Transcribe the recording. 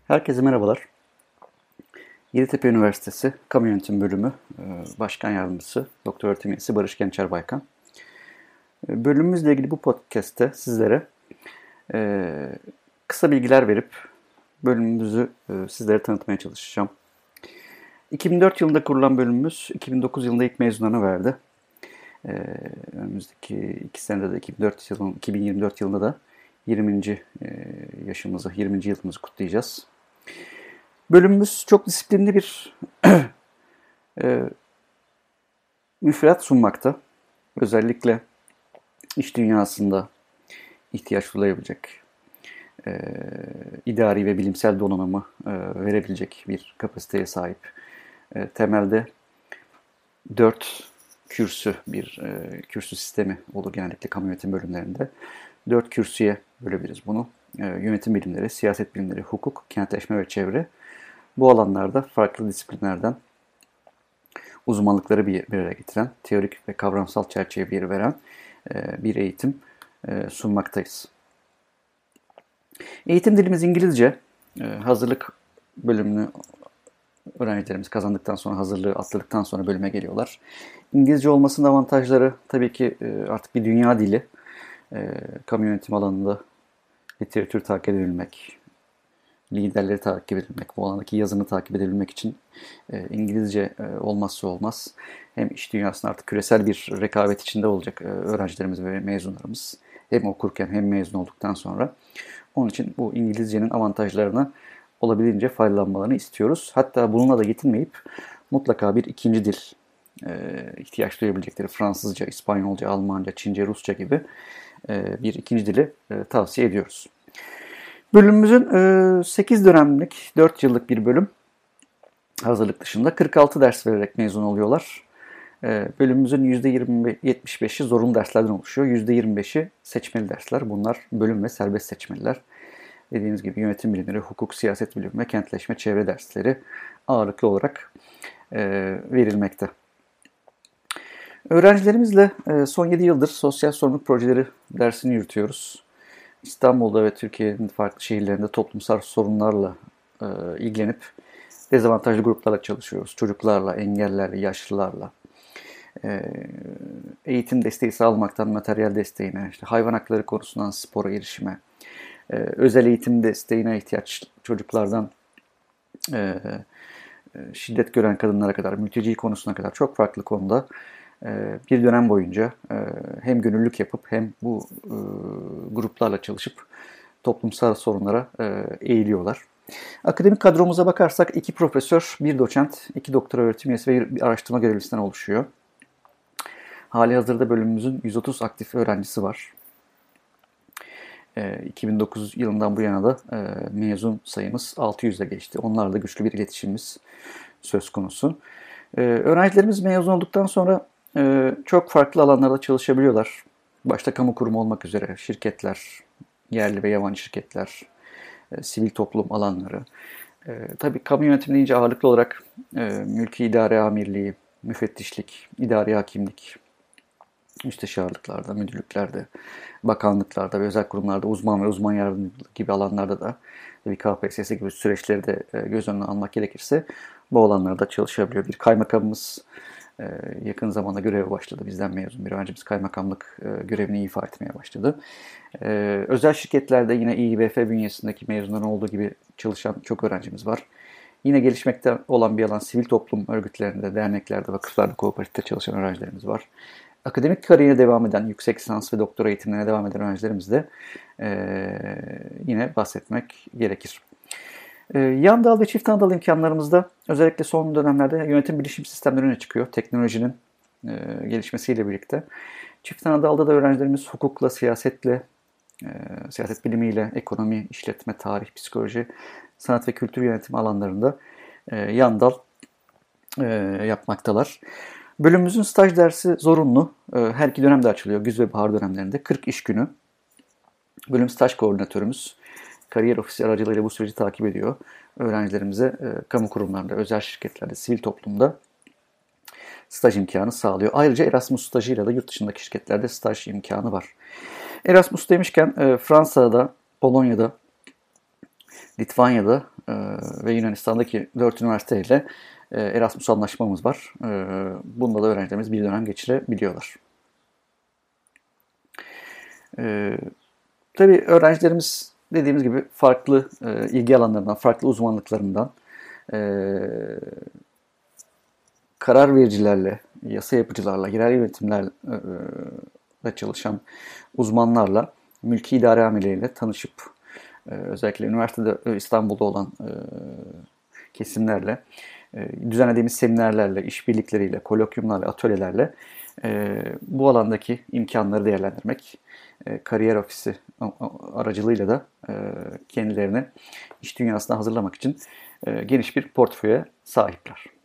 Herkese merhabalar. Yeditepe Üniversitesi Kamu Yönetimi Bölümü Başkan Yardımcısı Doktor Öğretim Üyesi Barış Gençer Baykan. Bölümümüzle ilgili bu podcast'te sizlere kısa bilgiler verip bölümümüzü sizlere tanıtmaya çalışacağım. 2004 yılında kurulan bölümümüz 2009 yılında ilk mezunlarını verdi. Önümüzdeki 2 senede de 2024 yılında da 20. yaşımızı, 20. yılımızı kutlayacağız. Bölümümüz çok disiplinli bir müfredat sunmakta. Özellikle iş dünyasında ihtiyaç duyulabilecek idari ve bilimsel donanımı verebilecek bir kapasiteye sahip. Temelde 4 kürsü bir kürsü sistemi olur genellikle kamu yönetim bölümlerinde. 4 kürsüye bölebiliriz bunu. Yönetim bilimleri, siyaset bilimleri, hukuk, kentleşme ve çevre. Bu alanlarda farklı disiplinlerden uzmanlıkları bir araya getiren, teorik ve kavramsal çerçeve bir veren bir eğitim sunmaktayız. Eğitim dilimiz İngilizce. Hazırlık bölümünü öğrencilerimiz kazandıktan sonra, hazırlığı atladıktan sonra bölüme geliyorlar. İngilizce olmasının avantajları tabii ki artık bir dünya dili. Kamu yönetim alanında literatür takip edebilmek, liderleri takip edebilmek, bu alandaki yazını takip edebilmek için İngilizce olmazsa olmaz. Hem iş dünyasında artık küresel bir rekabet içinde olacak öğrencilerimiz ve mezunlarımız. Hem okurken hem mezun olduktan sonra. Onun için bu İngilizcenin avantajlarına olabildiğince faydalanmalarını istiyoruz. Hatta bununla da yetinmeyip mutlaka bir ikinci dil ihtiyaç duyabilecekleri Fransızca, İspanyolca, Almanca, Çince, Rusça gibi bir ikinci dili tavsiye ediyoruz. Bölümümüzün 8 dönemlik, 4 yıllık bir bölüm. Hazırlık dışında 46 ders vererek mezun oluyorlar. Bölümümüzün %75'i zorunlu derslerden oluşuyor. %25'i seçmeli dersler. Bunlar bölüm ve serbest seçmeliler. Dediğimiz gibi yönetim bilimleri, hukuk, siyaset bilimi ve kentleşme, çevre dersleri ağırlıklı olarak verilmekte. Öğrencilerimizle son 7 yıldır sosyal sorumluluk projeleri dersini yürütüyoruz. İstanbul'da ve Türkiye'nin farklı şehirlerinde toplumsal sorunlarla ilgilenip dezavantajlı gruplarla çalışıyoruz. Çocuklarla, engellilerle, yaşlılarla. Eğitim desteği sağlamaktan materyal desteğine, işte hayvan hakları konusundan spora erişime, özel eğitim desteğine ihtiyaç çocuklardan şiddet gören kadınlara kadar, mülteci konusuna kadar çok farklı konuda bir dönem boyunca hem gönüllülük yapıp hem bu gruplarla çalışıp toplumsal sorunlara eğiliyorlar. Akademik kadromuza bakarsak 2 profesör, 1 doçent, 2 doktora öğretim üyesi ve bir araştırma görevlisinden oluşuyor. Halihazırda bölümümüzün 130 aktif öğrencisi var. 2009 yılından bu yana da mezun sayımız 600'e geçti. Onlarla güçlü bir iletişimimiz söz konusu. Öğrencilerimiz mezun olduktan sonra çok farklı alanlarda çalışabiliyorlar. Başta kamu kurumu olmak üzere şirketler, yerli ve yabancı şirketler, sivil toplum alanları. Tabii kamu yönetimi deyince ağırlıklı olarak mülki idare amirliği, müfettişlik, idari hakimlik, müsteşarlıklarda, müdürlüklerde, bakanlıklarda ve özel kurumlarda uzman ve uzman yardımcılığı gibi alanlarda da bir KPSS gibi süreçleri de göz önüne almak gerekirse bu alanlarda çalışabiliyor. Bir kaymakamımız yakın zamanda göreve başladı. Bizden mezun bir öğrencimiz kaymakamlık görevini ifa etmeye başladı. Özel şirketlerde yine İİBF bünyesindeki mezunların olduğu gibi çalışan çok öğrencimiz var. Yine gelişmekte olan bir alan sivil toplum örgütlerinde, derneklerde, vakıflarda, kooperatifte çalışan öğrencilerimiz var. Akademik kariyerine devam eden, yüksek lisans ve doktora eğitimlerine devam eden öğrencilerimiz de yine bahsetmek gerekir. Yan dal ve çift ana dal imkanlarımızda özellikle son dönemlerde yönetim bilişim sistemleri öne çıkıyor. Teknolojinin gelişmesiyle birlikte. Çift ana dalda da öğrencilerimiz hukukla, siyasetle, siyaset bilimiyle, ekonomi, işletme, tarih, psikoloji, sanat ve kültür yönetimi alanlarında yan dal yapmaktalar. Bölümümüzün staj dersi zorunlu. Her 2 dönemde açılıyor. Güz ve bahar dönemlerinde 40 iş günü. Bölüm staj koordinatörümüz kariyer ofisi aracılığıyla bu süreci takip ediyor. Öğrencilerimize kamu kurumlarında, özel şirketlerde, sivil toplumda staj imkanı sağlıyor. Ayrıca Erasmus stajıyla da yurt dışındaki şirketlerde staj imkanı var. Erasmus demişken Fransa'da, Polonya'da, Litvanya'da ve Yunanistan'daki 4 üniversiteyle Erasmus anlaşmamız var. Bunda da öğrencilerimiz bir dönem geçirebiliyorlar. Tabii öğrencilerimiz dediğimiz gibi farklı ilgi alanlarından, farklı uzmanlıklarından karar vericilerle, yasa yapıcılarla, yerel yönetimlerle çalışan uzmanlarla, mülki idare amirleriyle tanışıp özellikle üniversitede İstanbul'da olan kesimlerle, düzenlediğimiz seminerlerle, işbirlikleriyle, kolokyumlarla, atölyelerle bu alandaki imkanları değerlendirmek, kariyer ofisi aracılığıyla da kendilerini iş dünyasına hazırlamak için geniş bir portföye sahipler.